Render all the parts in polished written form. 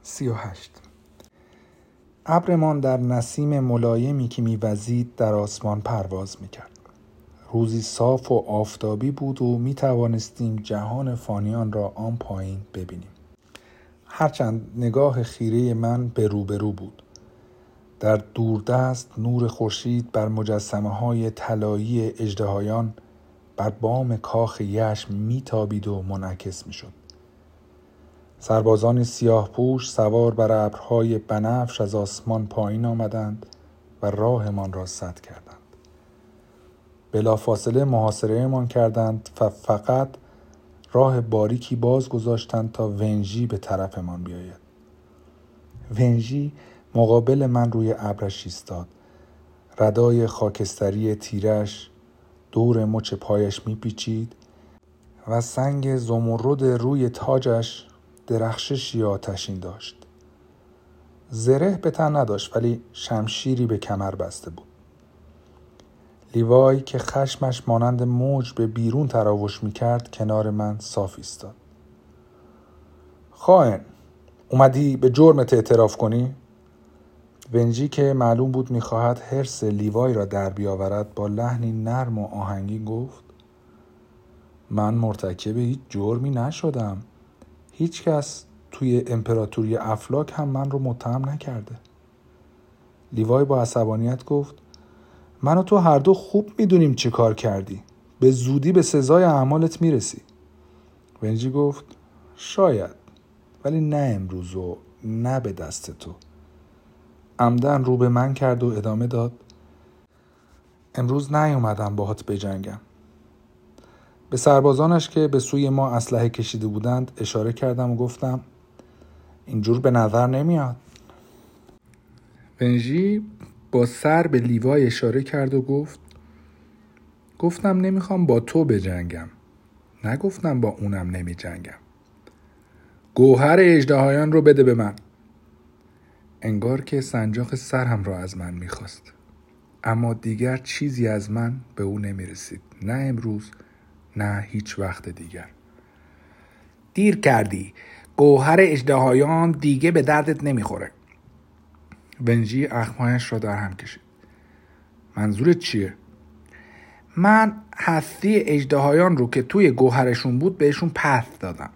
38. ابرمان در نسیم ملایمی که می‌وزید در آسمان پرواز می‌کرد. روزی صاف و آفتابی بود و می‌توانستیم جهان فانیان را آن پایین ببینیم. هرچند نگاه خیره من به روبرو بود. در دوردست نور خورشید بر مجسمه‌های طلایی اژدهایان بر بام کاخ یشم می‌تابید و منعکس می‌شد. سربازان سیاه پوش سوار بر ابرهای بنفش از آسمان پایین آمدند و راهمان را سد کردند. بلافاصله محاصره‌مان کردند و فقط راه باریکی باز گذاشتند تا ونژی به طرفمان بیاید. ونژی مقابل من روی ابرش ایستاد. ردای خاکستری تیرش دور مچ پایش میپیچید و سنگ زمرد روی تاجش درخششی آتشین داشت. زره به تن نداشت ولی شمشیری به کمر بسته بود. لیوای که خشمش مانند موج به بیرون تراوش میکرد کنار من صاف ایستاد. خائن، اومدی به جرمت اعتراف کنی؟ ونژی که معلوم بود میخواهد حرص لیوای را در بیاورد با لحنی نرم و آهنگین گفت: من مرتکب هیچ جرمی نشدم. هیچ کس توی امپراتوری افلاک هم من رو متهم نکرده. لیوای با عصبانیت گفت: من و تو هر دو خوب میدونیم چه کار کردی. به زودی به سزای اعمالت میرسی. ونژی گفت: شاید، ولی نه امروز و نه به دست تو. عمدن رو به من کرد و ادامه داد: امروز نیومدم باهات بجنگم. به سربازانش که به سوی ما اسلحه کشیده بودند اشاره کردم و گفتم: اینجور به نظر نمیاد. ونژی با سر به لیوای اشاره کرد و گفتم نمیخوام با تو بجنگم. نگفتم با اونم نمی جنگم. گوهر اژدهایان رو بده به من. انگار که سنجاق سرم را از من میخواست. اما دیگر چیزی از من به او نمیرسید. نه امروز، نه هیچ وقت دیگر. دیر کردی. گوهر اژدهایان دیگه به دردت نمیخوره. ونژی اخمایش را در هم کشید. منظورت چیه؟ من هستی اژدهایان رو که توی گوهرشون بود بهشون پس دادم.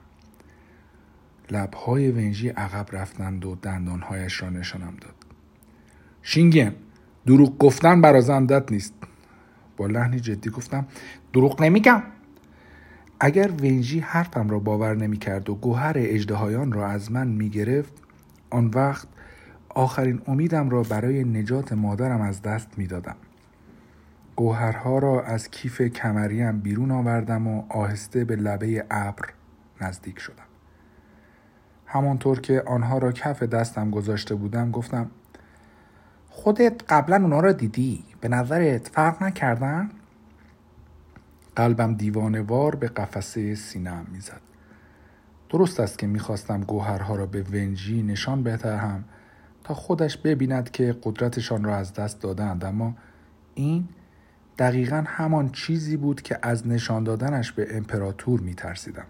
لبهای ونژی عقب رفتند و دندانهایش را نشانم داد. شینگن، دروغ گفتن برازندت نیست. با لحنی جدی گفتم: دروغ نمیگم. اگر ونژی حرفم را باور نمیکرد و گوهر اژدهایان را از من میگرفت، آن وقت آخرین امیدم را برای نجات مادرم از دست میدادم. گوهرها را از کیف کمریم بیرون آوردم و آهسته به لبه ابر نزدیک شدم. همانطور که آنها را کف دستم گذاشته بودم گفتم: خودت قبلا اونا را دیدی؟ به نظرت فرق نکردن؟ قلبم دیوانه‌وار به قفسه سینه‌ام میزد. درست است که میخواستم گوهرها را به ونژی نشان بدهم تا خودش ببیند که قدرتشان را از دست دادند، اما این دقیقاً همان چیزی بود که از نشان دادنش به امپراتور میترسیدم.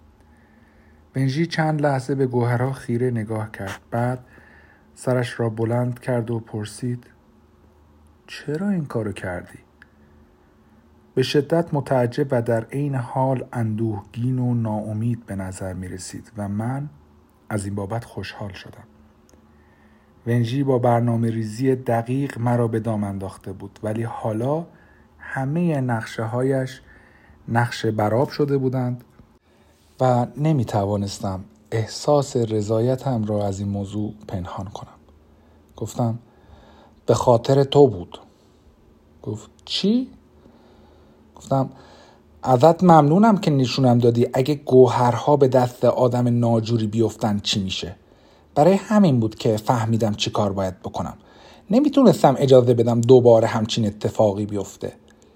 ونژی چند لحظه به گوهرها خیره نگاه کرد. بعد سرش را بلند کرد و پرسید: چرا این کارو کردی؟ به شدت متعجب و در عین حال اندوهگین و ناامید به نظر می رسید و من از این بابت خوشحال شدم. ونژی با برنامه ریزی دقیق مرا به دام انداخته بود، ولی حالا همه نقشه هایش نقشه برآب شده بودند و نمی توانستم احساس رضایتم را از این موضوع پنهان کنم. گفتم: به خاطر تو بود. گفت: چی؟ گفتم: ازت ممنونم که نشونم دادی اگه گوهرها به دست آدم ناجوری بیفتن چی میشه. برای همین بود که فهمیدم چی کار باید بکنم. نمیتونستم اجازه بدم دوباره همچین اتفاقی بیفته.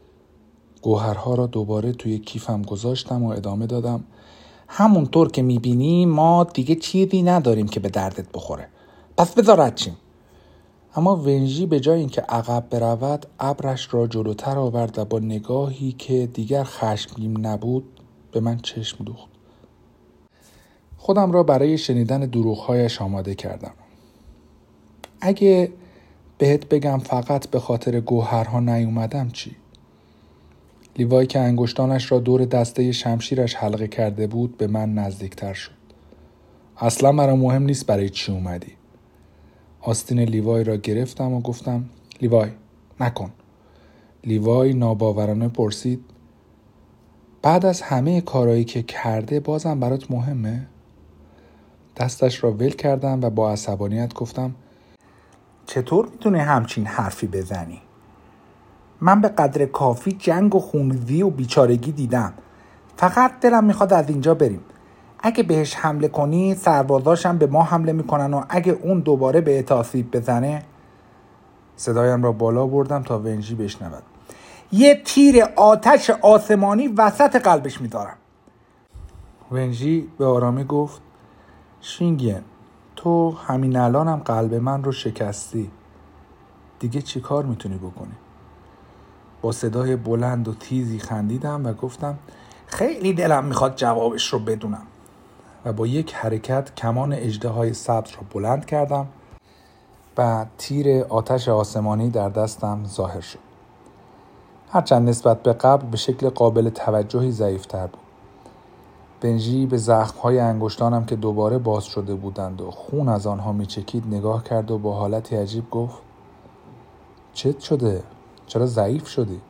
گوهرها را دوباره توی کیفم گذاشتم و ادامه دادم: همونطور که میبینی ما دیگه چیزی نداریم که به دردت بخوره. پس بذار رد شیم. اما ونژی به جای اینکه عقب برود ابرش را جلوتر آورد و با نگاهی که دیگر خشمگین نبود به من چشم دوخت. خودم را برای شنیدن دروغ‌هایش آماده کردم. اگه بهت بگم فقط به خاطر گوهرها نیومدم چی؟ لیوای که انگشتانش را دور دسته شمشیرش حلقه کرده بود به من نزدیکتر شد. اصلا برام مهم نیست برای چی اومدی. آستین لیوای را گرفتم و گفتم لیوای نکن. لیوای ناباورانه پرسید بعد از همه کارهایی که کرده بازم برات مهمه؟ دستش را ول کردم و با عصبانیت گفتم چطور میتونی همچین حرفی بزنی؟ من به قدر کافی جنگ و خونریزی و بیچارگی دیدم. فقط دلم میخواد از اینجا بریم. اگه بهش حمله کنی سربازاشم به ما حمله میکنن و اگه اون دوباره به آسیب بزنه. صدایم را بالا بردم تا ونژی بشنود. یه تیر آتش آسمانی وسط قلبش میذارم. ونژی به آرامی گفت شینگین تو همین الانم قلب من رو شکستی. دیگه چی کار میتونی بکنی؟ با صدای بلند و تیزی خندیدم و گفتم خیلی دلم میخواد جوابش رو بدونم. و با یک حرکت کمان اژدهای سبز را بلند کردم و تیر آتش آسمانی در دستم ظاهر شد. هرچند نسبت به قبل به شکل قابل توجهی ضعیف‌تر بود. ونژی به زخم‌های انگشتانم که دوباره باز شده بودند و خون از آنها می‌چکید نگاه کرد و با حالتی عجیب گفت چت شده؟ چرا ضعیف شدی؟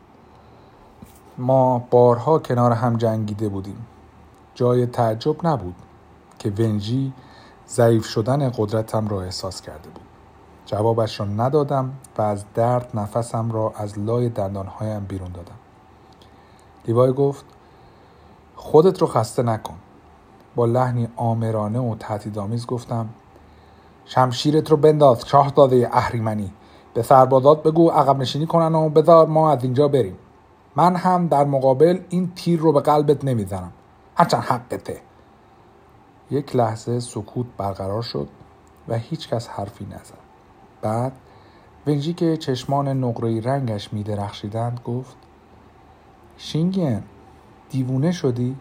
ما بارها کنار هم جنگیده بودیم. جای تعجب نبود که ونژی ضعیف شدن قدرتم را احساس کرده بود. جوابش را ندادم و از درد نفسم را از لای دندانهایم بیرون دادم. لیوای گفت خودت رو خسته نکن. با لحنی آمرانه و تهدیدآمیز گفتم شمشیرت رو بنداز شاهزاده اهریمنی. به سربازات بگو عقب نشینی کنن و بذار ما از اینجا بریم. من هم در مقابل این تیر رو به قلبت نمیزنم. هرچند حقته. یک لحظه سکوت برقرار شد و هیچ کس حرفی نزد. بعد ونژی که چشمان نقره‌ای رنگش می‌درخشیدند گفت شینگین دیوونه شدی؟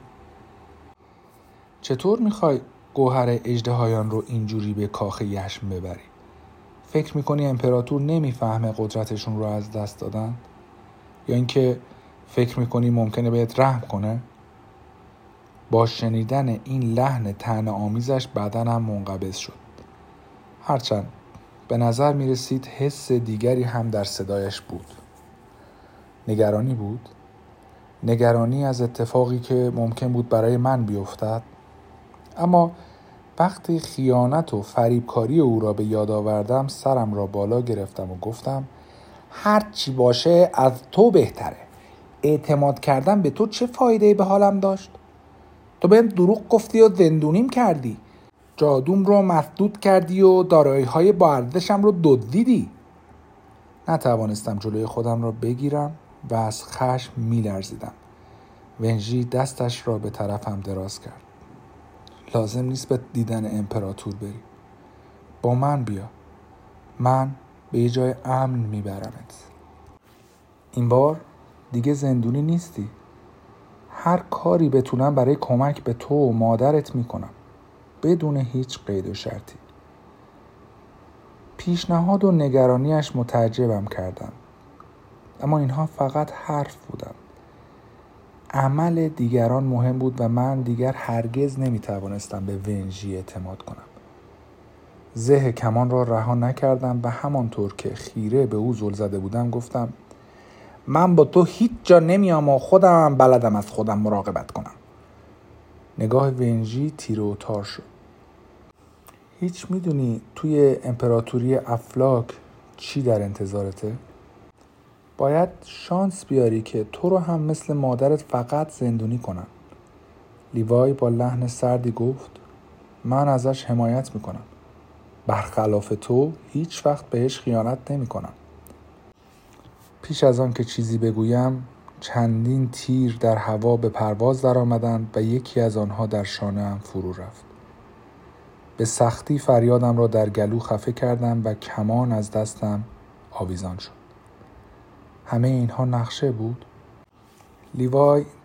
چطور میخوای گوهر اژدهایان رو اینجوری به کاخ یشم ببری؟ فکر میکنی امپراتور نمیفهمه قدرتشون رو از دست دادن؟ یا اینکه فکر میکنی ممکنه بهت رحم کنه؟ با شنیدن این لحن طعنه‌آمیزش بدنم منقبض شد. هرچند به نظر میرسید حس دیگری هم در صدایش بود. نگرانی بود؟ نگرانی از اتفاقی که ممکن بود برای من بیفتد. اما وقتی خیانت و فریبکاری او را به یاد آوردم سرم را بالا گرفتم و گفتم هر چی باشه از تو بهتره. اعتماد کردن به تو چه فایده‌ای به حالم داشت؟ تو بهم دروغ گفتی و زندونیم کردی. جادوم رو مسدود کردی و دارایی‌های با ارزشم رو دزدیدی. نتوانستم جلوی خودم را بگیرم و از خشم می‌لرزیدم. ونژی دستش را به طرفم دراز کرد. لازم نیست به دیدن امپراتور بری. با من بیا. من به یه جای امن میبرمت. این بار دیگه زندونی نیستی. هر کاری بتونم برای کمک به تو و مادرت میکنم. بدون هیچ قید و شرطی. پیشنهاد و نگرانیش متعجبم کردن. اما اینها فقط حرف بودن. عمل دیگران مهم بود و من دیگر هرگز نمیتوانستم به ونژی اعتماد کنم. زه کمان را رها نکردم و همانطور که خیره به او زل زده بودم گفتم من با تو هیچ جا نمیام و خودم بلدم از خودم مراقبت کنم. نگاه ونژی تیره و تار شد. هیچ میدونی توی امپراتوری افلاک چی در انتظارته؟ باید شانس بیاری که تو رو هم مثل مادرت فقط زندونی کنن. لیوای با لحن سردی گفت من ازش حمایت میکنم. برخلاف تو هیچ وقت بهش خیانت نمیکنم. پیش از آن که چیزی بگویم چندین تیر در هوا به پرواز در آمدند و یکی از آنها در شانه‌ام فرو رفت. به سختی فریادم را در گلو خفه کردم و کمان از دستم آویزان شد. همه اینها نقشه بود. لیوای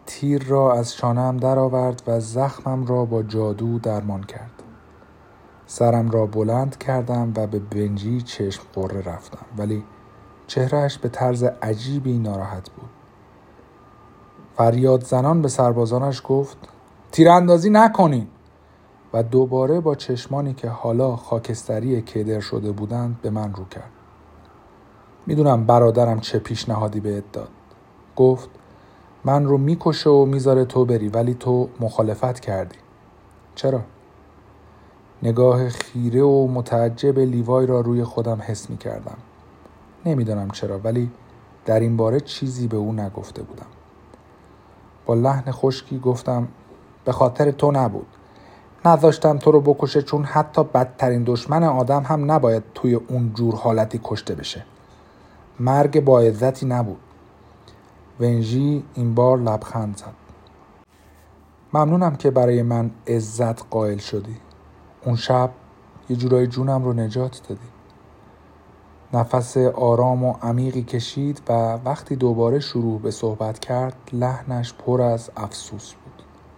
تیر را از شانه‌ام درآورد و زخمم را با جادو درمان کرد. سرم را بلند کردم و به ونجی چشم قره رفتم، ولی چهرهش به طرز عجیبی ناراحت بود. فریاد زنان به سربازانش گفت تیراندازی نکنین و دوباره با چشمانی که حالا خاکستری کدر شده بودند به من رو کرد. میدونم برادرم چه پیشنهادی بهت داد. گفت من رو میکشه و میذاره تو بری، ولی تو مخالفت کردی. چرا؟ نگاه خیره و متعجب لیوای را روی خودم حس میکردم. نمیدونم چرا، ولی در این باره چیزی به او نگفته بودم. با لحن خشکی گفتم به خاطر تو نبود. نذاشتم تو رو بکشه چون حتی بدترین دشمن آدم هم نباید توی اون جور حالتی کشته بشه. مرگ با عزتی نبود. ونژی این بار لبخند زد. ممنونم که برای من عزت قائل شدی. اون شب یه جورای جونم رو نجات دادی. نفس آرام و عمیقی کشید و وقتی دوباره شروع به صحبت کرد لحنش پر از افسوس بود.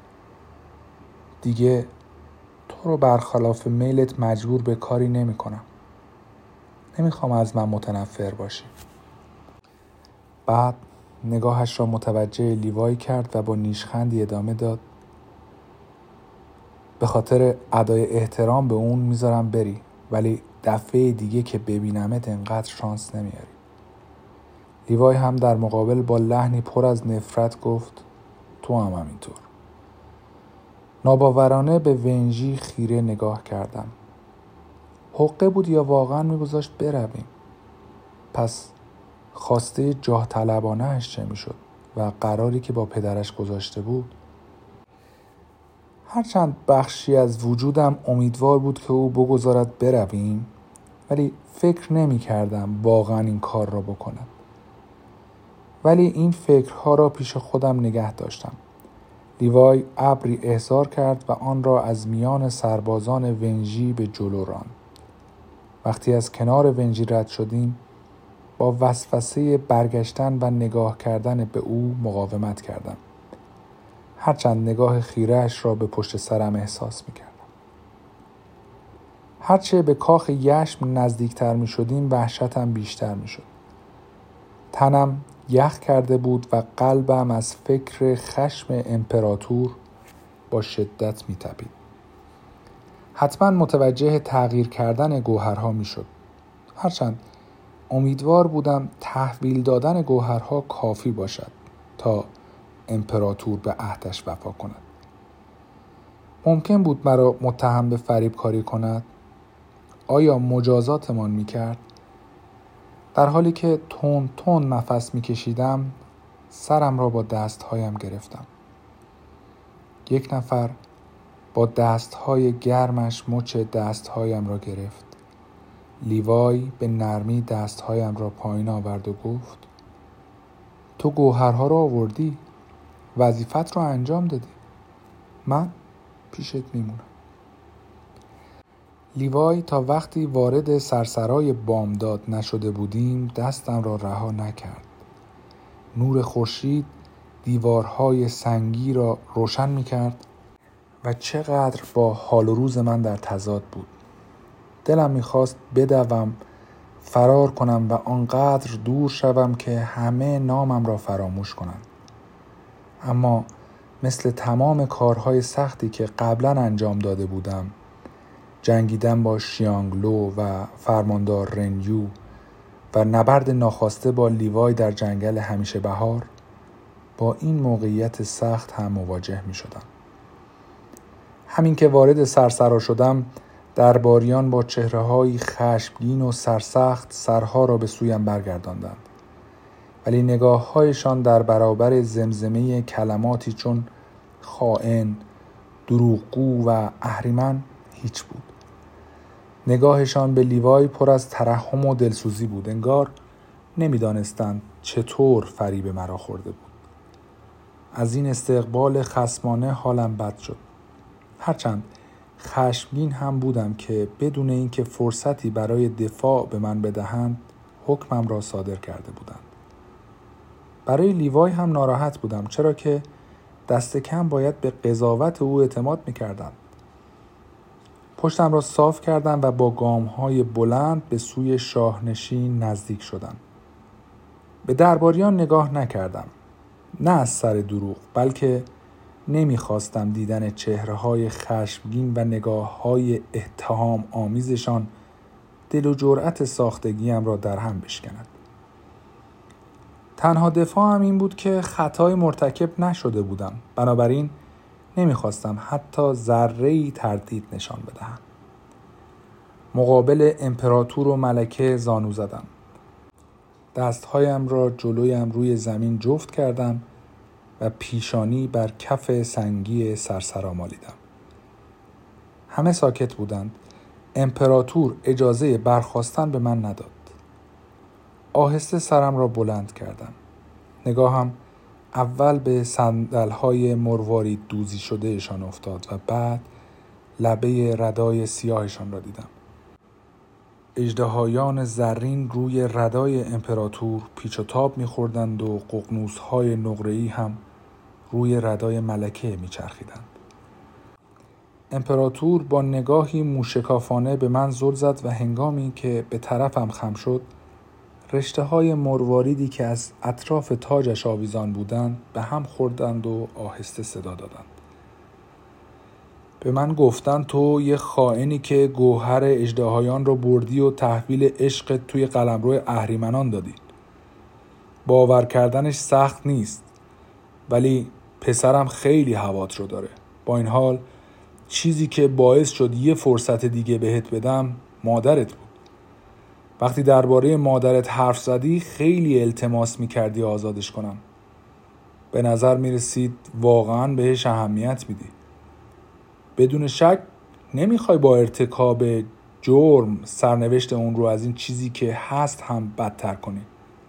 دیگه تو رو برخلاف میلت مجبور به کاری نمی کنم. نمیخوام از من متنفر باشی. بعد نگاهش را متوجه لیوای کرد و با نیشخندی ادامه داد به خاطر ادای احترام به اون میذارم بری، ولی دفعه دیگه که ببینمت انقدر شانس نمیاری. لیوای هم در مقابل با لحنی پر از نفرت گفت تو هم همینطور. ناباورانه به ونژی خیره نگاه کردم. حقه بود یا واقعا میگذاشت برویم؟ پس خواسته جاه طلبانه‌اش چه میشد و قراری که با پدرش گذاشته بود؟ هرچند بخشی از وجودم امیدوار بود که او بگذارد برویم، ولی فکر نمی کردم واقعا این کار را بکند. ولی این فکرها را پیش خودم نگه داشتم. لیوای ابری احضار کرد و آن را از میان سربازان ونژی به جلو راند. وقتی از کنار ونژی رد شدیم با وسوسه برگشتن و نگاه کردن به او مقاومت کردم. هرچند نگاه خیره‌اش را به پشت سرم احساس می‌کردم. هرچه به کاخ یشم نزدیکتر می‌شدیم وحشتم بیشتر می‌شد. تنم یخ کرده بود و قلبم از فکر خشم امپراتور با شدت می‌تپید. حتما متوجه تغییر کردن گوهرها می‌شد. هرچند امیدوار بودم تحویل دادن گوهرها کافی باشد تا امپراتور به عهدش وفا کند. ممکن بود مرا متهم به فریبکاری کند. آیا مجازاتمان میکرد؟ در حالی که تون تون نفس میکشیدم سرم را با دستهایم گرفتم. یک نفر با دستهای گرمش مچ دستهایم را گرفت. لیوای به نرمی دستهایم را پایین آورد و گفت تو گوهرها را آوردی؟ وظیفت را انجام دادی. من پیشت میمونم. لیوای تا وقتی وارد سرسرای بامداد نشده بودیم دستم را رها نکرد. نور خورشید دیوارهای سنگی را روشن میکرد و چقدر با حال و روز من در تضاد بود. دلم میخواست بدوم، فرار کنم و آنقدر دور شوم که همه نامم را فراموش کنند. اما مثل تمام کارهای سختی که قبلا انجام داده بودم، جنگیدن با شیانگلو و فرماندار رنیو و نبرد ناخواسته با لیوای در جنگل همیشه بهار، با این موقعیت سخت هم مواجه می شدم. همین که وارد سرسرا شدم، درباریان با چهره‌های خشمگین و سرسخت سرها را به سویم برگرداندند. ولی نگاه‌هایشان در برابر زمزمه کلماتی چون خائن، دروغگو و اهریمن هیچ بود. نگاهشان به لیوای پر از ترحم و دلسوزی بود. انگار نمی‌دانستند چطور فریب مرا خورده بود. از این استقبال خصمانه حالم بد شد. هرچند خشمگین هم بودم که بدون اینکه فرصتی برای دفاع به من بدهند حکمم را صادر کرده بودند. برای لیوای هم ناراحت بودم، چرا که دست کم باید به قضاوت او اعتماد می‌کردند. پشتم را صاف کردم و با گام‌های بلند به سوی شاهنشین نزدیک شدم. به درباریان نگاه نکردم. نه از سر دروغ، بلکه نمی‌خواستم دیدن چهره‌های خشمگین و نگاه‌های اتهام آمیزشان دل و جرأت ساختگیم را در هم بشکند. تنها دفاعم این بود که خطای مرتکب نشده بودم، بنابراین نمیخواستم حتی ذره‌ای تردید نشان بدهم. مقابل امپراتور و ملکه زانو زدم. دستهایم را جلویم روی زمین جفت کردم و پیشانی بر کف سنگی سرسرا مالیدم. همه ساکت بودند. امپراتور اجازه برخاستن به من نداد. آهسته سرم را بلند کردم. نگاهم اول به صندل‌های مروارید دوزی شدهشان افتاد و بعد لبه ردای سیاهشان را دیدم. اژدهایان زرین روی ردای امپراتور پیچ و تاب می‌خوردند و ققنوس‌های نقره‌ای هم روی ردای ملکه می‌چرخیدند. امپراتور با نگاهی موشکافانه به من زل زد و هنگامی که به طرفم خم شد، رشته‌های مرواریدی که از اطراف تاجش آویزان بودند به هم خوردند و آهسته صدا دادند. به من گفتند تو یه خائنی که گوهر اژدهایان را بردی و تحویل عشق توی قلمرو اهریمنان دادی. باور کردنش سخت نیست، ولی پسرم خیلی هوات رو داره. با این حال چیزی که باعث شد یه فرصت دیگه بهت بدم مادرت بود. وقتی درباره مادرت حرف زدی خیلی التماس میکردی آزادش کنم. به نظر میرسید واقعا بهش اهمیت میدی. بدون شک نمیخوای با ارتکاب جرم سرنوشت اون رو از این چیزی که هست هم بدتر کنی.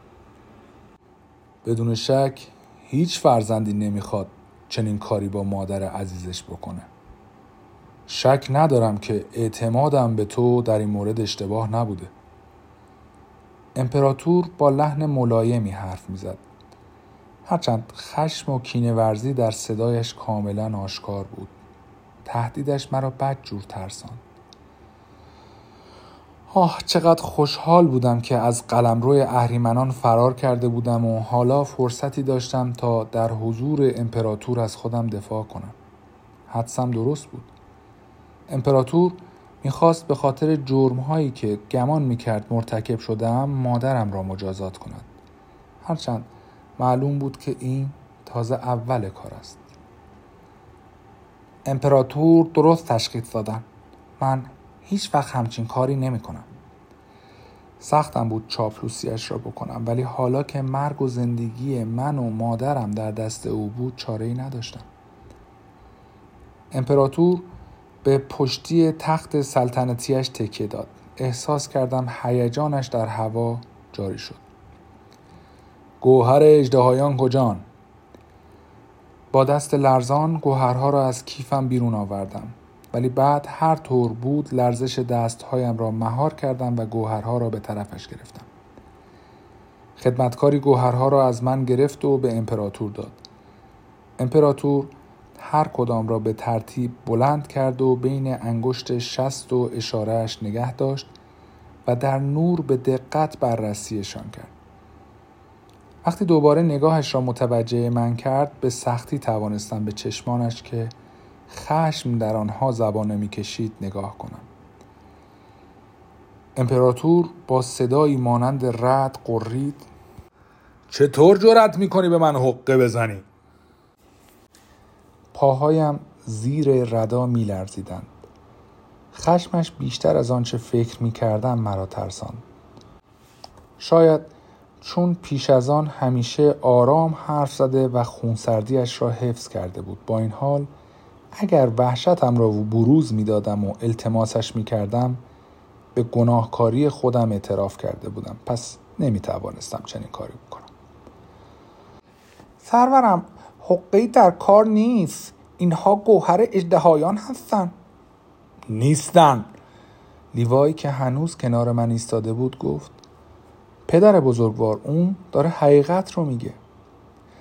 بدون شک هیچ فرزندی نمیخواد چنین کاری با مادر عزیزش بکنه. شک ندارم که اعتمادم به تو در این مورد اشتباه نبوده. امپراتور با لحن ملایمی حرف میزد. هرچند خشم و کینه‌ورزی در صدایش کاملا آشکار بود. تهدیدش مرا بدجور ترساند. چقدر خوشحال بودم که از قلمرو اهریمنان فرار کرده بودم و حالا فرصتی داشتم تا در حضور امپراتور از خودم دفاع کنم. حدسم درست بود. امپراتور میخواست به خاطر جرم‌هایی که گمان میکرد مرتکب شدم مادرم را مجازات کند. هرچند معلوم بود که این تازه اول کار است. امپراتور درست تشخیص دادن. من هیچ وقت همچین کاری نمی کنم. سختم بود چاپلوسیش را بکنم، ولی حالا که مرگ و زندگی من و مادرم در دست او بود چاره‌ای نداشتم. امپراتور به پشتی تخت سلطنتیش تکیه داد. احساس کردم هیجانش در هوا جاری شد. گوهر اژدهایان کجان؟ با دست لرزان گوهرها را از کیفم بیرون آوردم، ولی بعد هر طور بود لرزش دستهایم را مهار کردم و گوهرها را به طرفش گرفتم. خدمتکاری گوهرها را از من گرفت و به امپراتور داد. امپراتور هر کدام را به ترتیب بلند کرد و بین انگشت شست و اشارهش نگه داشت و در نور به دقت بررسیشان کرد. وقتی دوباره نگاهش را متوجه من کرد به سختی توانستم به چشمانش که خشم در آنها زبانه می‌کشید نگاه کنم. امپراتور با صدایی مانند رعد غرید: چطور جرأت می‌کنی به من حقه بزنی؟ پاهایم زیر ردا می‌لرزیدند. خشمش بیشتر از آنچه فکر می‌کردم مرا ترساند. شاید چون پیش از آن همیشه آرام حرف زده و خونسردیش را حفظ کرده بود. با این حال اگر وحشتم را بروز می‌دادم و التماسش می‌کردم به گناهکاری خودم اعتراف کرده بودم، پس نمی‌توانستم چنین کاری بکنم. سرورم، حقه‌ای در کار نیست. اینها گوهر اژدهایان هستند. نیستن. لیوایی که هنوز کنار من ایستاده بود گفت: پدر بزرگوار، اون داره حقیقت رو میگه.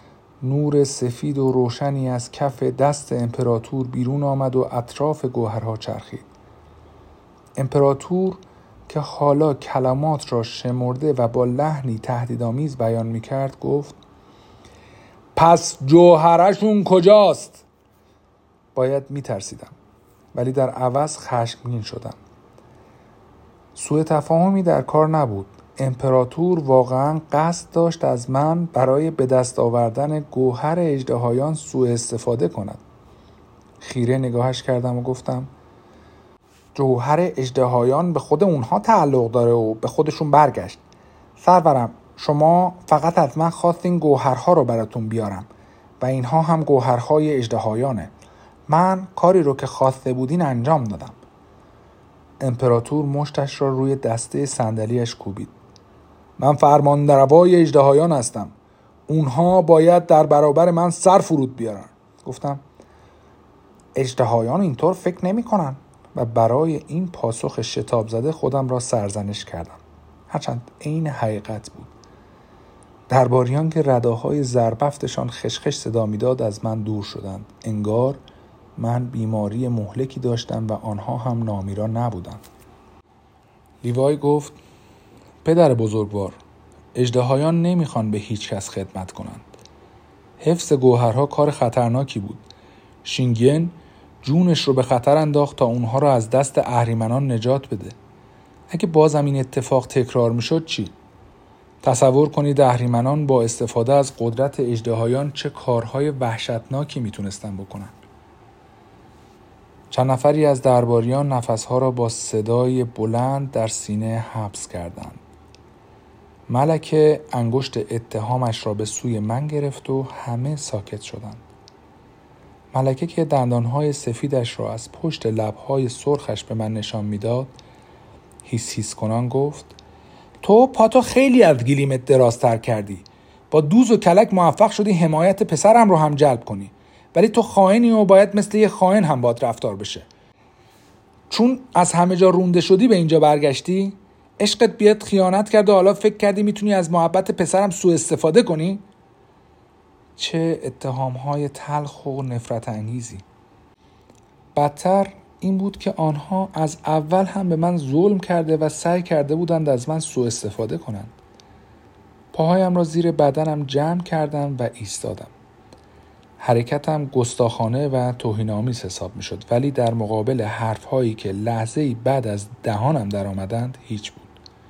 نور سفید و روشنی از کف دست امپراتور بیرون آمد و اطراف گوهرها چرخید. امپراتور که حالا کلمات را شمرده و با لحنی تهدیدآمیز بیان می‌کرد گفت: پس جوهرشون کجاست؟ باید می‌ترسیدم، ولی در عوض خشمگین شدم. سوء تفاهمی در کار نبود. امپراتور واقعاً قصد داشت از من برای به دست آوردن گوهر اژدهایان سوء استفاده کند. خیره نگاهش کردم و گفتم: جوهر اژدهایان به خود اونها تعلق داره و به خودشون برگشت. سرورم، شما فقط از من خواستین گوهرها رو براتون بیارم و اینها هم گوهرهای اژدهایانه. من کاری رو که خواسته بودین انجام دادم. امپراتور مشتش را روی دسته صندلی‌اش کوبید. من فرمانروای اژدهایان هستم. اونها باید در برابر من سر فرود بیارن. گفتم: اژدهایان اینطور فکر نمی‌کنن و برای این پاسخ شتاب زده خودم را سرزنش کردم. هرچند عین حقیقت بود. درباریان که رداهای زربفتشان خشخش صدا می‌داد از من دور شدند. انگار من بیماری مهلکی داشتم و آنها هم نامیرا نبودند. لیوای گفت: پدر بزرگوار، اژدهایان نمیخوان به هیچ کس خدمت کنند. حفظ گوهرها کار خطرناکی بود. شینگین جونش رو به خطر انداخت تا اونها رو از دست اهریمنان نجات بده. اگه بازم این اتفاق تکرار میشد چی؟ تصور کنید اهریمنان با استفاده از قدرت اژدهایان چه کارهای وحشتناکی میتونستن بکنن. چند نفری از درباریان نفسها را با صدای بلند در سینه حبس کردند. ملکه انگشت اتهامش را به سوی من گرفت و همه ساکت شدند. ملکه که دندانهای سفیدش را از پشت لبهای سرخش به من نشان میداد، هیس هیس کنان گفت: تو پاتو خیلی از گلیمت درازتر کردی. با دوز و کلک موفق شدی حمایت پسرم رو هم جلب کنی، ولی تو خائنی و باید مثل یه خائن هم باید رفتار بشه. چون از همه جا رونده شدی به اینجا برگشتی؟ عشقت بیاد خیانت کرد و حالا فکر کردی میتونی از محبت پسرم سوء استفاده کنی؟ چه اتهامهای تلخ و نفرت انگیزی. بدتر این بود که آنها از اول هم به من ظلم کرده و سعی کرده بودند از من سوء استفاده کنند. پاهایم را زیر بدنم جمع کردم و ایستادم. حرکتم گستاخانه و توهین‌آمیز حساب می‌شد، ولی در مقابل حرف‌هایی که لحظه‌ای بعد از دهانم در آمدند هیچ بود.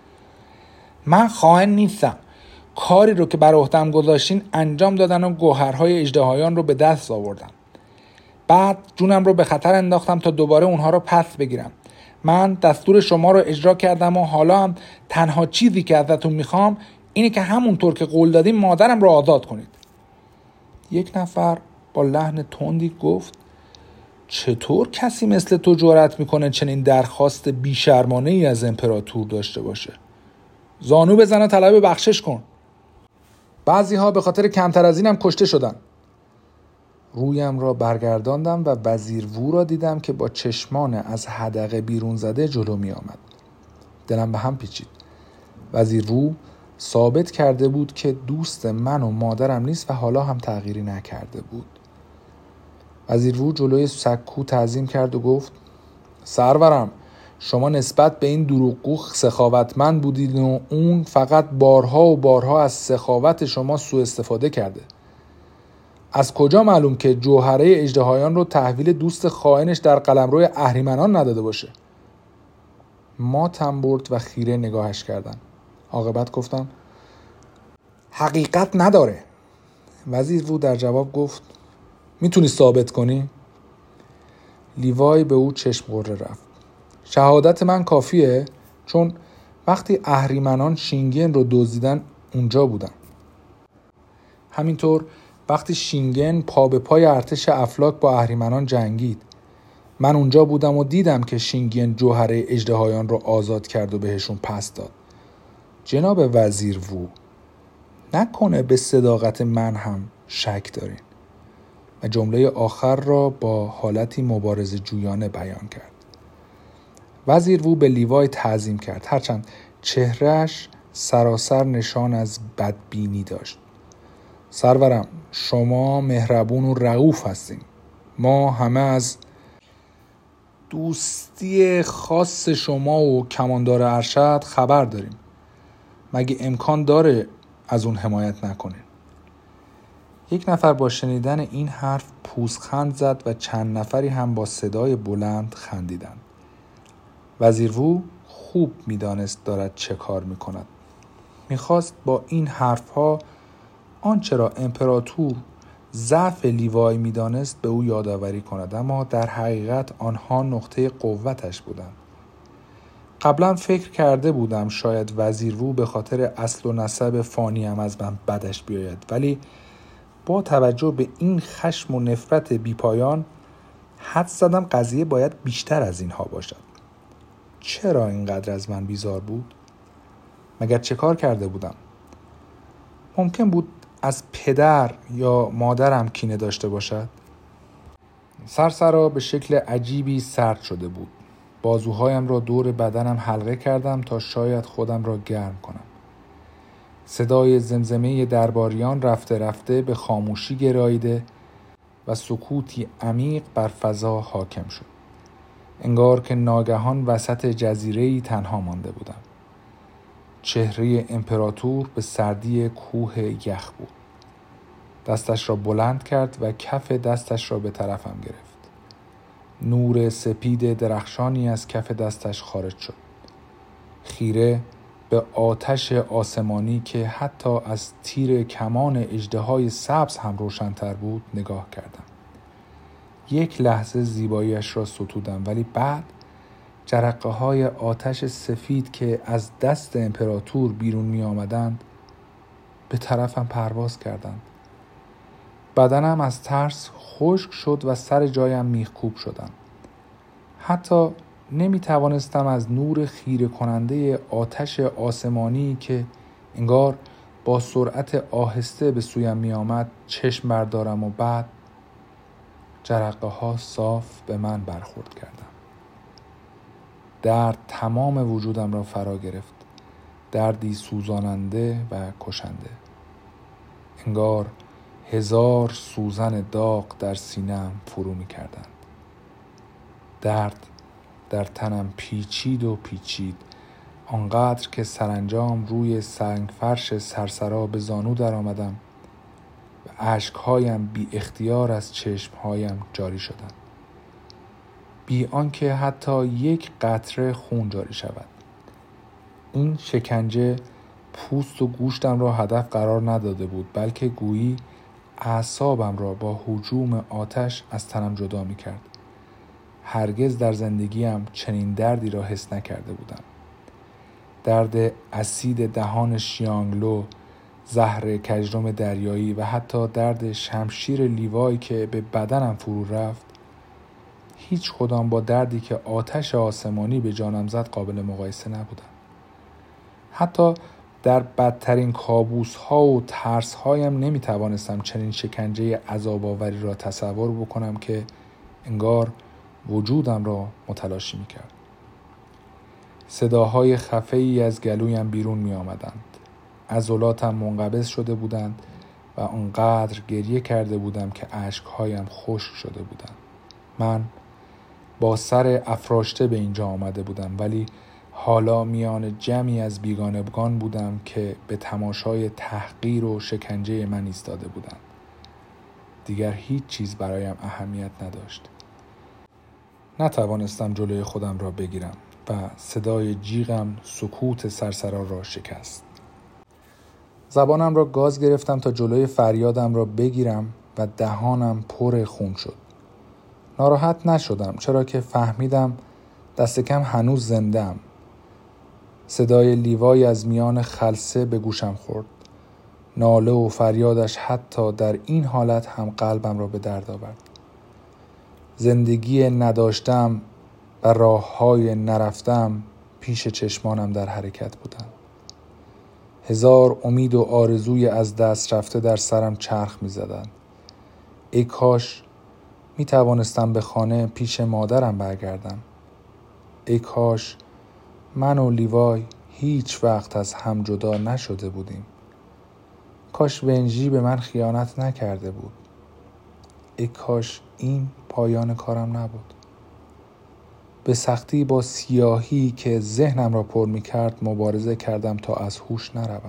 من خائن نیستم. کاری رو که بر عهده‌ام گذاشتین انجام دادن و گوهرهای اژدهایان رو به دست آوردم. بعد جونم رو به خطر انداختم تا دوباره اونها رو پس بگیرم. من دستور شما رو اجرا کردم و حالا هم تنها چیزی که ازتون میخوام اینه که همونطور که قول دادیم مادرم رو آزاد کنید. یک نفر با لحن تندی گفت: چطور کسی مثل تو جرأت میکنه چنین درخواست بیشرمانه ای از امپراتور داشته باشه؟ زانو بزن و طلب بخشش کن. بعضی ها به خاطر کمتر از اینم کشته شدن. رویم را برگرداندم و وزیر وو را دیدم که با چشمان از حدقه بیرون زده جلو می آمد. دلم به هم پیچید. وزیر وو ثابت کرده بود که دوست من و مادرم نیست و حالا هم تغییری نکرده بود. وزیر وو جلوی سکو تعظیم کرد و گفت: سرورم، شما نسبت به این دروغگو سخاوتمند بودید و اون فقط بارها و بارها از سخاوت شما سوء استفاده کرده. از کجا معلوم که جوهره اژدهایان رو تحویل دوست خائنش در قلمرو اهریمنان نداده باشه؟ ماتم برد و خیره نگاهش کردم. عاقبت گفتم: حقیقت نداره. وزیر وو در جواب گفت: میتونی ثابت کنی؟ لیوای به او چشم قره رفت. شهادت من کافیه، چون وقتی اهریمنان شینگن رو دزدیدن اونجا بودم. همینطور وقتی شینگن پا به پای ارتش افلاک با اهریمنان جنگید، من اونجا بودم و دیدم که شینگن جوهره اژدهایان رو آزاد کرد و بهشون پس داد. جناب وزیر وو، نکنه به صداقت من هم شک دارین؟ و جمله آخر را با حالتی مبارزه جویانه بیان کرد. وزیر وو به لیوای تعظیم کرد، هرچند چهرهش سراسر نشان از بدبینی داشت. سرورم، شما مهربون و رئوف هستیم. ما همه از دوستی خاص شما و کماندار ارشد خبر داریم. مگه امکان داره از اون حمایت نکنین؟ یک نفر با شنیدن این حرف پوزخند زد و چند نفری هم با صدای بلند خندیدند. وزیر وو خوب میدانست دارد چه کار میکند. میخواست با این حرفها آنچه را امپراتور ضعف لیوای میدانست به او یادآوری کند، اما در حقیقت آنها نقطه قوتش بودند. قبلا فکر کرده بودم شاید وزیر وو به خاطر اصل و نسب فانیم از من بدش بیاید، ولی با توجه به این خشم و نفرت بیپایان حدس زدم قضیه باید بیشتر از اینها باشد. چرا اینقدر از من بیزار بود؟ مگر چه کار کرده بودم؟ ممکن بود از پدر یا مادرم کینه داشته باشد؟ سرسرا به شکل عجیبی سرد شده بود. بازوهایم را دور بدنم حلقه کردم تا شاید خودم را گرم کنم. صدای زمزمه درباریان رفته رفته به خاموشی گراییده و سکوتی عمیق بر فضا حاکم شد. انگار که ناگهان وسط جزیره‌ای تنها مانده بودم. چهره امپراتور به سردی کوه یخ بود. دستش را بلند کرد و کف دستش را به طرفم گرفت. نور سپید درخشانی از کف دستش خارج شد. خیره به آتش آسمانی که حتی از تیر کمان اژدهای سبز هم روشن‌تر بود نگاه کردم. یک لحظه زیباییش را ستودم، ولی بعد جرقه‌های آتش سفید که از دست امپراتور بیرون می آمدند به طرفم پرواز کردند. بدنم از ترس خشک شد و سر جایم میخکوب شدم. حتی نمی توانستم از نور خیره کننده آتش آسمانی که انگار با سرعت آهسته به سویم می آمد چشم بردارم و بعد جرقه ها صاف به من برخورد کردم. درد تمام وجودم را فرا گرفت. دردی سوزاننده و کشنده. انگار 1000 سوزن داغ در سینه‌ام فرو می کردند. درد در تنم پیچید و پیچید، آنقدر که سرانجام روی سنگ فرش سرسرا به زانو در آمدم و اشکهایم بی اختیار از چشمهایم جاری شدند، بی آنکه حتی یک قطره خون جاری شود. این شکنجه پوست و گوشتم را هدف قرار نداده بود، بلکه گویی اعصابم را با هجوم آتش از تنم جدا می کرد. هرگز در زندگیم چنین دردی را حس نکرده بودم. درد اسید دهان شیانگلو، زهر کژدم دریایی و حتی درد شمشیر لیوایی که به بدنم فرو رفت، هیچ کدام با دردی که آتش آسمانی به جانم زد قابل مقایسه نبودند. حتی در بدترین کابوس‌ها و ترس‌هایم نمی‌توانستم چنین شکنجه عذاب‌آوری را تصور بکنم که انگار وجودم را متلاشی می‌کرد. صداهای خفه‌ای از گلویم بیرون می‌آمدند. عضلاتم منقبض شده بودند و آنقدر گریه کرده بودم که اشک‌هایم خشک شده بودند. من با سر افراشته به اینجا آمده بودم، ولی حالا میان جمعی از بیگانگان بودم که به تماشای تحقیر و شکنجه من ایستاده بودند. دیگر هیچ چیز برایم اهمیت نداشت. نتوانستم جلوی خودم را بگیرم و صدای جیغم سکوت سرسرا را شکست. زبانم را گاز گرفتم تا جلوی فریادم را بگیرم و دهانم پر خون شد. ناراحت نشدم، چرا که فهمیدم دست کم هنوز زنده‌ام. صدای لیوای از میان خلسه به گوشم خورد. ناله و فریادش حتی در این حالت هم قلبم را به درد آورد. زندگی نداشتم و راه‌های نرفتم پیش چشمانم در حرکت بودند. 1000 امید و آرزوی از دست رفته در سرم چرخ می‌زدند. ای کاش می‌توانستم به خانه پیش مادرم برگردم. ای کاش من و لیوای هیچ وقت از هم جدا نشده بودیم. کاش ونژی به من خیانت نکرده بود. ای کاش این پایان کارم نبود. به سختی با سیاهی که ذهنم را پر می کرد مبارزه کردم تا از هوش نروم.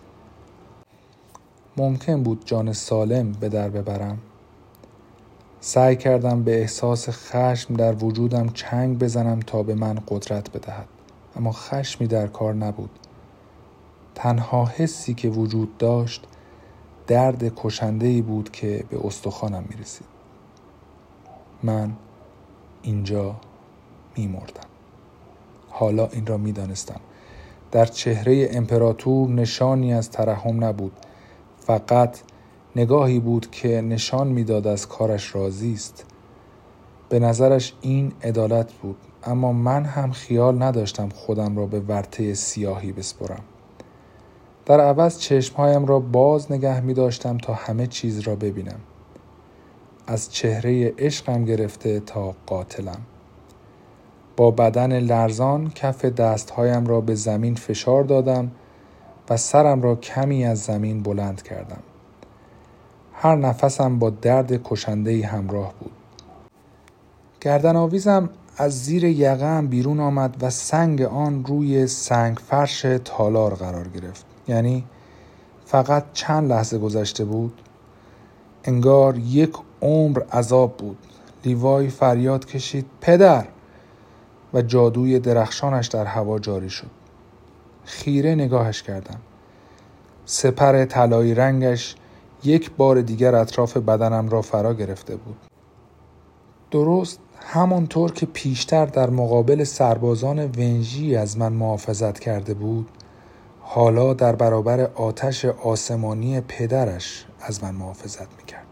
ممکن بود جان سالم به در ببرم. سعی کردم به احساس خشم در وجودم چنگ بزنم تا به من قدرت بدهد، اما خشمی در کار نبود. تنها حسی که وجود داشت درد کشنده‌ای بود که به استخوانم می‌رسید. من اینجا می‌مردم. حالا این را می‌دانستم. در چهره امپراتور نشانی از ترحم نبود، فقط نگاهی بود که نشان می‌داد از کارش راضی است. به نظرش این عدالت بود، اما من هم خیال نداشتم خودم را به ورطه سیاهی بسپرم. در عوض چشمهایم را باز نگه می داشتم تا همه چیز را ببینم. از چهره عشقم گرفته تا قاتلم. با بدن لرزان کف دستهایم را به زمین فشار دادم و سرم را کمی از زمین بلند کردم. هر نفسم با درد کشنده‌ای همراه بود. گردن آویزم از زیر یقه‌ام بیرون آمد و سنگ آن روی سنگ فرش تالار قرار گرفت. یعنی فقط چند لحظه گذشته بود. انگار یک عمر عذاب بود. لیوای فریاد کشید پدر و جادوی درخشانش در هوا جاری شد. خیره نگاهش کردم. سپر طلایی رنگش یک بار دیگر اطراف بدنم را فرا گرفته بود. درست همانطور که پیشتر در مقابل سربازان ونژی از من محافظت کرده بود، حالا در برابر آتش آسمانی پدرش از من محافظت میکرد.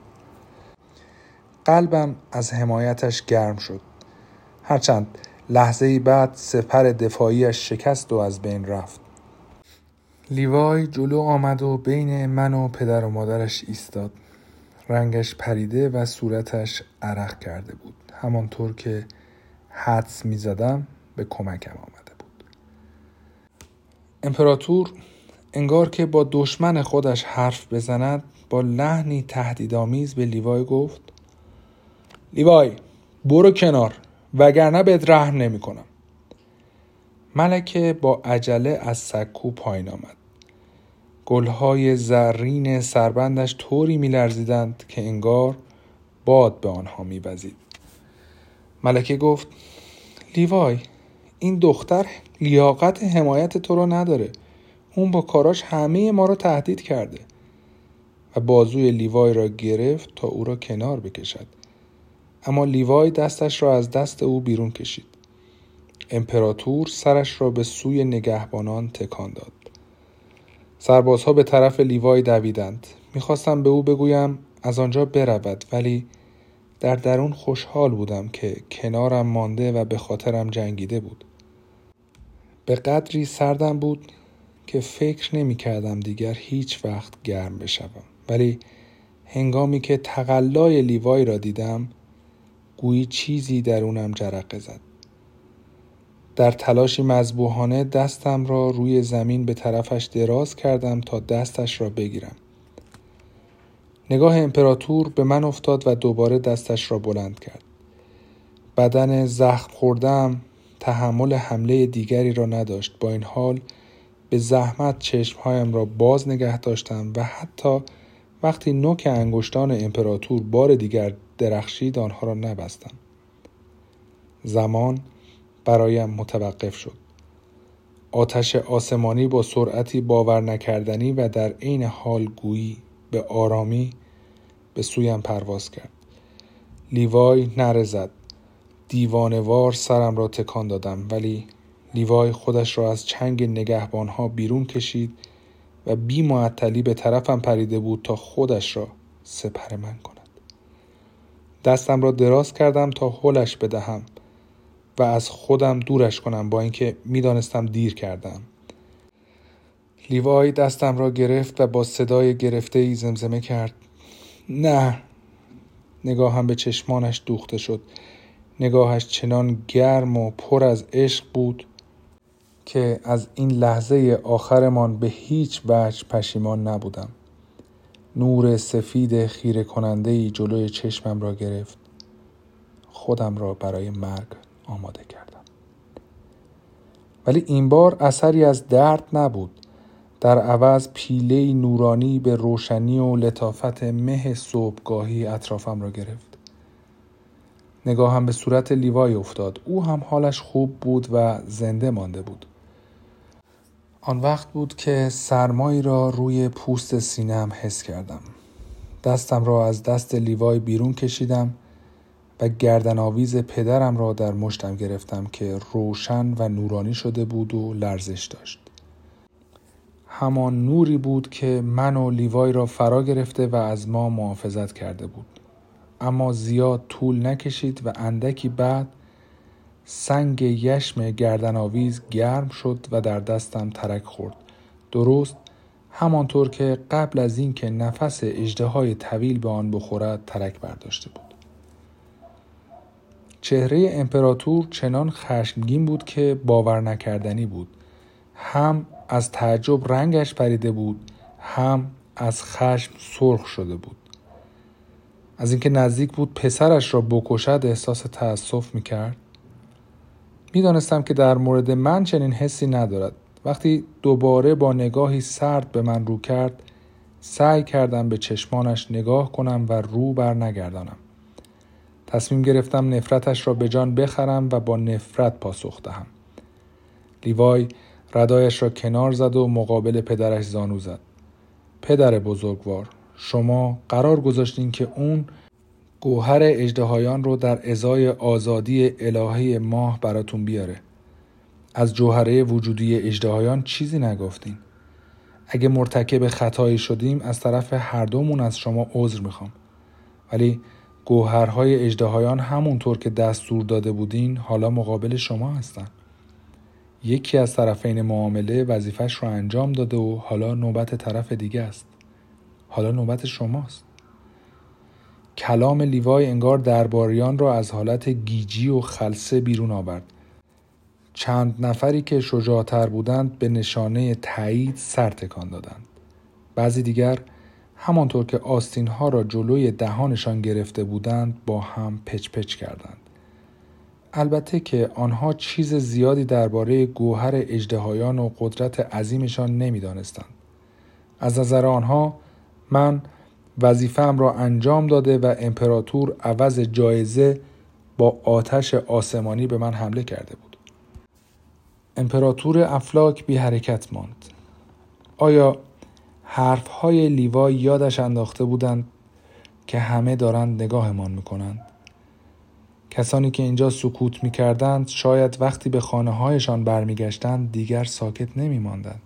قلبم از حمایتش گرم شد. هرچند لحظه‌ای بعد سپر دفاعیش شکست و از بین رفت. لیوای جلو آمد و بین من و پدر و مادرش ایستاد. رنگش پریده و صورتش عرق کرده بود. همانطور که حدس می‌زدم به کمکم آمده بود. امپراتور انگار که با دشمن خودش حرف بزند با لحنی تهدیدآمیز به لیوای گفت لیوای برو کنار وگرنه بهت رحم نمی‌کنم. ملکه با عجله از سکو پایین آمد. گلهای زرین سربندش طوری می‌لرزیدند که انگار باد به آنها می‌وزید. ملکه گفت لیوای این دختر لیاقت حمایت تو رو نداره. اون با کاراش همه ما رو تهدید کرده. و بازوی لیوای را گرفت تا او را کنار بکشد. اما لیوای دستش را از دست او بیرون کشید. امپراتور سرش را به سوی نگهبانان تکان داد. سربازها به طرف لیوای دویدند. میخواستم به او بگویم از آنجا برود، ولی در درون خوشحال بودم که کنارم مانده و به خاطرم جنگیده بود. به قدری سردم بود که فکر نمی کردم دیگر هیچ وقت گرم بشوم. ولی هنگامی که تقلای لیوای را دیدم گویی چیزی درونم جرقه زد. در تلاشی مذبوحانه دستم را روی زمین به طرفش دراز کردم تا دستش را بگیرم. نگاه امپراتور به من افتاد و دوباره دستش را بلند کرد. بدن زخم خوردم تحمل حمله دیگری را نداشت. با این حال به زحمت چشمهایم را باز نگه داشتم و حتی وقتی نوک انگشتان امپراتور بار دیگر درخشید آنها را نبستم. زمان برایم متوقف شد. آتش آسمانی با سرعتی باور نکردنی و در عین حال گویی به آرامی به سویم پرواز کرد. لیوای نره زد. دیوانه‌وار سرم را تکان دادم، ولی لیوای خودش را از چنگ نگهبانها بیرون کشید و بی معطلی به طرفم پریده بود تا خودش را سپر من کند. دستم را دراز کردم تا هلش بدهم و از خودم دورش کنم، با اینکه می‌دانستم دیر کردم. لیوای دستم را گرفت و با صدای گرفته‌ای زمزمه کرد نه. نگاهم به چشمانش دوخته شد. نگاهش چنان گرم و پر از عشق بود که از این لحظه آخرمان به هیچ وجه پشیمان نبودم. نور سفید خیره کننده‌ای جلوی چشمم را گرفت. خودم را برای مرگ آماده کردم. ولی این بار اثری از درد نبود. در عوض پیله‌ای نورانی به روشنی و لطافت مه صبحگاهی اطرافم را گرفت. نگاهم به صورت لیوای افتاد. او هم حالش خوب بود و زنده مانده بود. آن وقت بود که سرمایی را روی پوست سینه‌ام حس کردم. دستم را از دست لیوای بیرون کشیدم و گردن آویز پدرم را در مشتم گرفتم که روشن و نورانی شده بود و لرزش داشت. همان نوری بود که من و لیوای را فرا گرفته و از ما محافظت کرده بود. اما زیاد طول نکشید و اندکی بعد سنگ یشم گردن آویز گرم شد و در دستم ترک خورد. درست همانطور که قبل از این که نفس اژدهای طویل به آن بخورد ترک برداشته بود. چهره امپراتور چنان خشمگین بود که باور نکردنی بود. هم از تعجب رنگش پریده بود، هم از خشم سرخ شده بود. از اینکه نزدیک بود پسرش را بکشد احساس تأسف می‌کرد. می‌دانستم که در مورد من چنین حسی ندارد. وقتی دوباره با نگاهی سرد به من رو کرد، سعی کردم به چشمانش نگاه کنم و رو بر نگردانم. تصمیم گرفتم نفرتش را به جان بخرم و با نفرت پاسخ دهم. لیوای ردایش را کنار زد و مقابل پدرش زانو زد. پدر بزرگوار، شما قرار گذاشتین که اون گوهر اژدهایان رو در ازای آزادی الهی ماه براتون بیاره. از جوهره وجودی اژدهایان چیزی نگفتین. اگه مرتکب خطایی شدیم از طرف هر دومون از شما عذر میخوام. ولی گوهرهای اژدهایان همونطور که دستور داده بودین حالا مقابل شما هستن. یکی از طرفین معامله وظیفش رو انجام داده و حالا نوبت طرف دیگه است. حالا نوبت شماست. کلام لیوای انگار درباریان را از حالت گیجی و خلسه بیرون آورد. چند نفری که شجاعتر بودند به نشانه تایید سر تکان دادند. بعضی دیگر همانطور که آستین‌ها را جلوی دهانشان گرفته بودند با هم پچ پچ کردند. البته که آنها چیز زیادی درباره گوهر اژدهایان و قدرت عظیمشان نمی‌دانستند. از نظر آنها من وظیفه‌ام را انجام داده و امپراتور عوض جایزه با آتش آسمانی به من حمله کرده بود. امپراتور افلاک بی حرکت ماند. آیا حرفهای لیوای یادش انداخته بودند که همه دارند نگاهمان میکنند؟ کسانی که اینجا سکوت میکردند شاید وقتی به خانه هایشان برمیگشتند دیگر ساکت نمیماندند.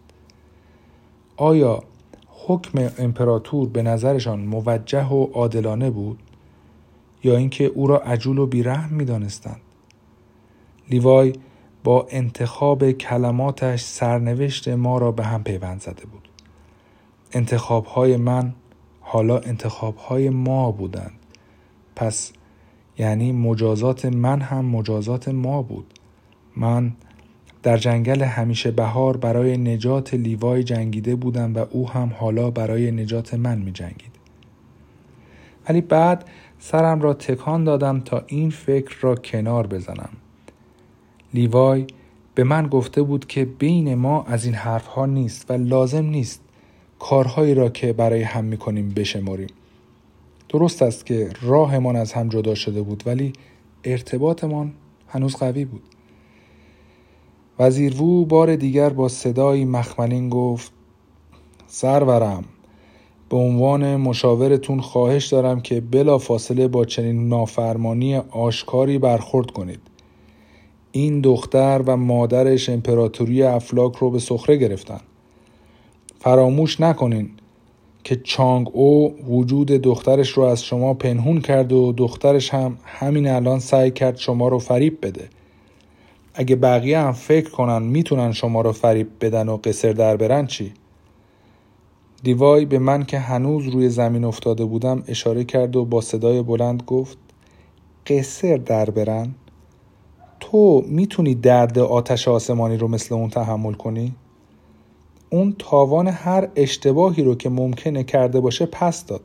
آیا حکم امپراتور به نظرشان موجه و عادلانه بود یا اینکه او را عجول و بیرحم میدانستند؟ لیوای با انتخاب کلماتش سرنوشت ما را به هم پیوند زده بود. انتخاب‌های من حالا انتخاب‌های ما بودند. پس یعنی مجازات من هم مجازات ما بود. من در جنگل همیشه بهار برای نجات لیوای جنگیده بودم و او هم حالا برای نجات من می جنگید. ولی بعد سرم را تکان دادم تا این فکر را کنار بزنم. لیوای به من گفته بود که بین ما از این حرفها نیست و لازم نیست کارهایی را که برای هم میکنیم بشماریم. درست است که راهمان از هم جدا شده بود ولی ارتباطمان هنوز قوی بود. وزیرو بار دیگر با صدایی مخملین گفت: سرورم، به عنوان مشاورتون خواهش دارم که بلا فاصله با چنین نافرمانی آشکاری برخورد کنید. این دختر و مادرش امپراتوری افلاک رو به سخره گرفتن. فراموش نکنین که چانگ او وجود دخترش رو از شما پنهون کرد و دخترش هم همین الان سعی کرد شما رو فریب بده. اگه بقیه هم فکر کنن میتونن شما رو فریب بدن و قصر در برن چی؟ لیوای به من که هنوز روی زمین افتاده بودم اشاره کرد و با صدای بلند گفت: قصر در برن؟ تو میتونی درد آتش آسمانی رو مثل اون تحمل کنی؟ اون تاوان هر اشتباهی رو که ممکنه کرده باشه پس داد.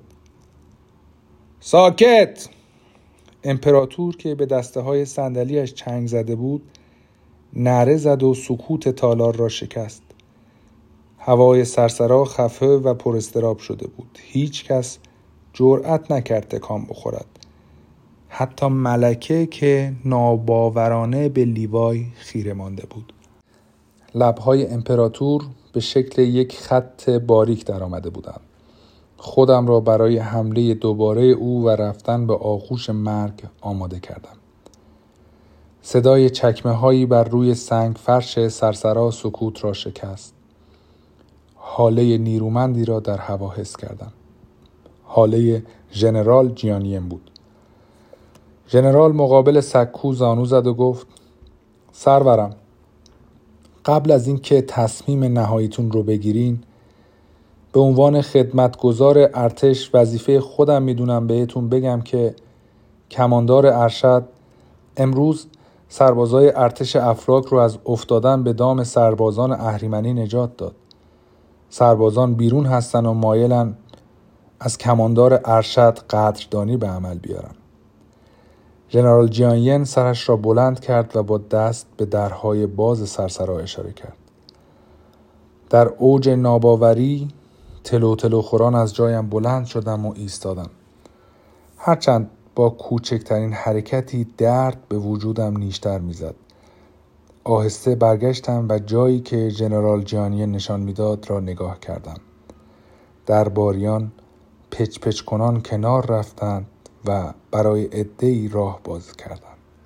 ساکت! امپراتور که به دسته های صندلی‌اش چنگ زده بود نعره زد و سکوت تالار را شکست. هوای سرسرا خفه و پر اضطراب شده بود. هیچ کس جرأت نکرد تکان بخورد. حتی ملکه که ناباورانه به لیوای خیره مانده بود. لب‌های امپراتور به شکل یک خط باریک در آمده بودند. خودم را برای حمله دوباره او و رفتن به آغوش مرگ آماده کردم. صدای چکمه‌هایی بر روی سنگ فرش سرسرا سکوت را شکست. حاله نیرومندی را در هوا حس کردم. حاله ژنرال جیانین بود. ژنرال مقابل سکو زانو زد و گفت: سرورم، قبل از این که تصمیم نهاییتون رو بگیرین، به عنوان خدمتگزار ارتش وظیفه خودم میدونم بهتون بگم که کماندار ارشد امروز سربازای ارتش افلاک رو از افتادن به دام سربازان اهریمنی نجات داد. سربازان بیرون هستن و مایلن از کماندار ارشد قدردانی به عمل بیارن. ژنرال جیانین سرش را بلند کرد و با دست به درهای باز سرسرا اشاره کرد. در اوج ناباوری تلو تلو خوران از جایم بلند شدم و ایستادم. هرچند با کوچکترین حرکتی درد به وجودم نیشتر میزد. آهسته برگشتم و جایی که ژنرال جیانین نشان میداد را نگاه کردم. درباریان پچ پچ کنان کنار رفتند و برای عده‌ای راه باز کردند.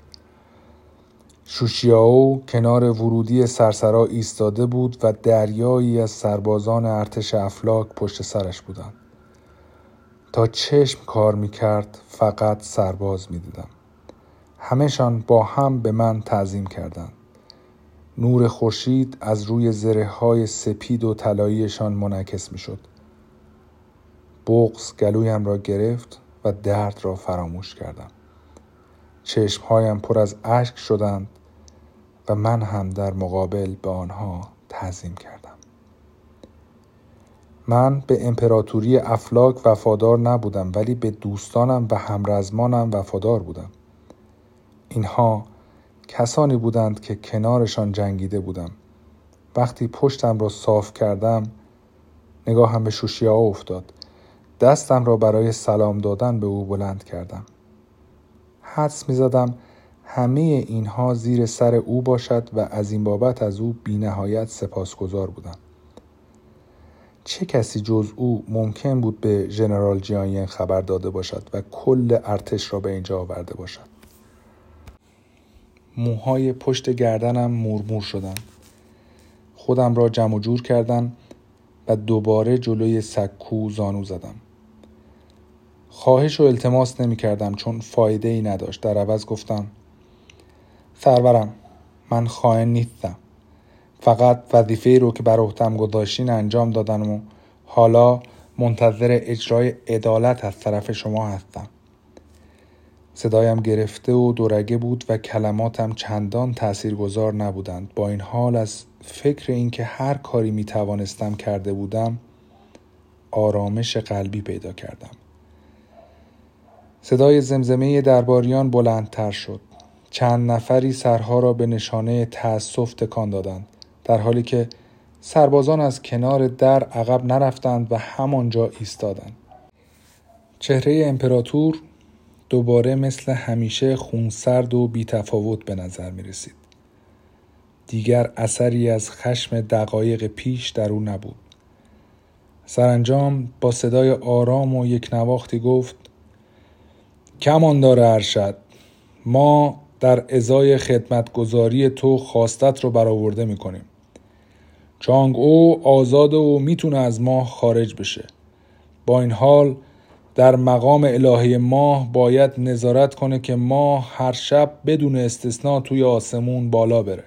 شوشیائو کنار ورودی سرسرا ایستاده بود و دریایی از سربازان ارتش افلاک پشت سرش بودند. تا چشم کار میکرد فقط سرباز میدیدم. همه‌شان با هم به من تعظیم کردند. نور خورشید از روی زره‌های سپید و طلاییشان منعکس میشد. بغض گلویم را گرفت و درد را فراموش کردم. چشمهایم پر از اشک شدند و من هم در مقابل به آنها تعظیم کردم. من به امپراتوری افلاک وفادار نبودم، ولی به دوستانم و همرزمانم وفادار بودم. اینها کسانی بودند که کنارشان جنگیده بودم. وقتی پشتم را صاف کردم نگاهم به شوشیائو افتاد. دستم را برای سلام دادن به او بلند کردم. حدس می زدم همه اینها زیر سر او باشد و از این بابت از او بی نهایت سپاسگزار بودم. چه کسی جز او ممکن بود به ژنرال جیانین خبر داده باشد و کل ارتش را به اینجا آورده باشد؟ موهای پشت گردنم مورمور شدند. خودم را جمع جور کردم و دوباره جلوی سکو زانو زدم. خواهش و التماس نمی کردم چون فایده ای نداشت. در عوض گفتم: سرورم، من خائن نیستم. فقط وظیفه‌ای رو که بر عهده‌ام گذاشتین انجام دادم و حالا منتظر اجرای عدالت از طرف شما هستم. صدایم گرفته و دورگه بود و کلماتم چندان تاثیرگذار نبودند. با این حال از فکر اینکه هر کاری می توانستم کرده بودم آرامش قلبی پیدا کردم. صدای زمزمه درباریان بلندتر شد. چند نفری سرها را به نشانه تأسف تکان دادند، در حالی که سربازان از کنار در عقب نرفتند و همانجا ایستادند. چهره امپراتور دوباره مثل همیشه خونسرد و بی‌تفاوت به نظر می رسید. دیگر اثری از خشم دقایق پیش در او نبود. سرانجام با صدای آرام و یک نواختی گفت: کماندار ارشد، ما در ازای خدمتگزاری تو خواستت رو برآورده میکنیم. چانگ او آزاد و میتونه از ماه خارج بشه. با این حال در مقام الهه ماه باید نظارت کنه که ماه هر شب بدون استثناء توی آسمون بالا بره.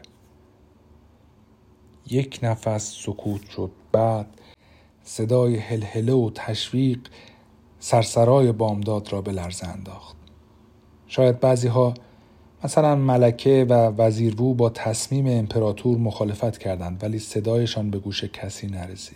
یک نفس سکوت شد. بعد صدای هلهله و تشویق سرسرای بامداد را به لرزه انداخت. شاید بعضی ها مثلا ملکه و وزیرو با تصمیم امپراتور مخالفت کردند ولی صدایشان به گوش کسی نرسید.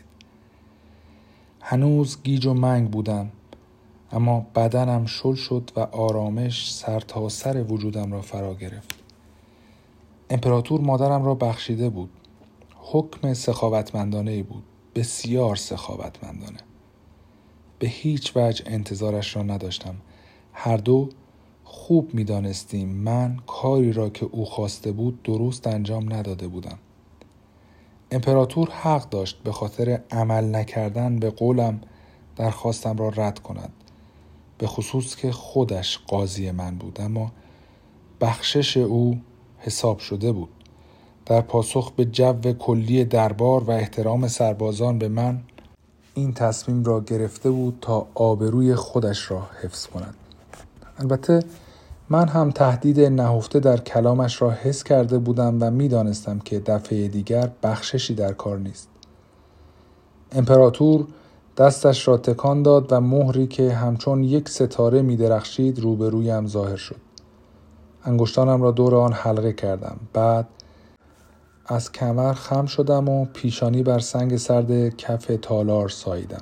هنوز گیج و منگ بودم اما بدنم شل شد و آرامش سر تا سر وجودم را فرا گرفت. امپراتور مادرم را بخشیده بود. حکم سخاوتمندانه‌ای بود، بسیار سخاوتمندانه. به هیچ وجه انتظارش را نداشتم. هر دو خوب می‌دانستیم من کاری را که او خواسته بود درست انجام نداده بودم. امپراتور حق داشت به خاطر عمل نکردن به قولم درخواستم را رد کند، به خصوص که خودش قاضی من بود، اما بخشش او حساب شده بود. در پاسخ به جو کلی دربار و احترام سربازان به من این تصمیم را گرفته بود تا آبروی خودش را حفظ کند. البته من هم تهدید نهفته در کلامش را حس کرده بودم و می دانستم که دفعه دیگر بخششی در کار نیست. امپراتور دستش را تکان داد و مهری که همچون یک ستاره می درخشید روبرویم ظاهر شد. انگشتانم را دور آن حلقه کردم. بعد از کمر خم شدم و پیشانی بر سنگ سرد کف تالار ساییدم.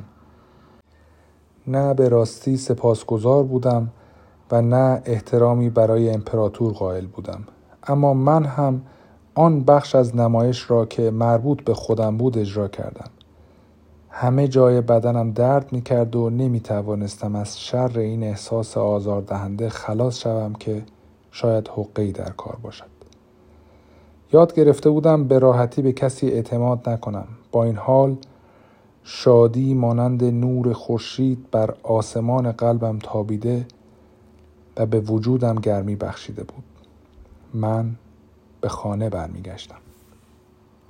نه به راستی سپاسگزار بودم و نه احترامی برای امپراتور قائل بودم، اما من هم آن بخش از نمایش را که مربوط به خودم بود اجرا کردم. همه جای بدنم درد می‌کرد و نمی‌توانستم از شر این احساس آزاردهنده خلاص شوم که شاید حقه‌ای در کار باشد. یاد گرفته بودم به راحتی به کسی اعتماد نکنم. با این حال شادی مانند نور خورشید بر آسمان قلبم تابیده و به وجودم گرمی بخشیده بود. من به خانه برمیگشتم.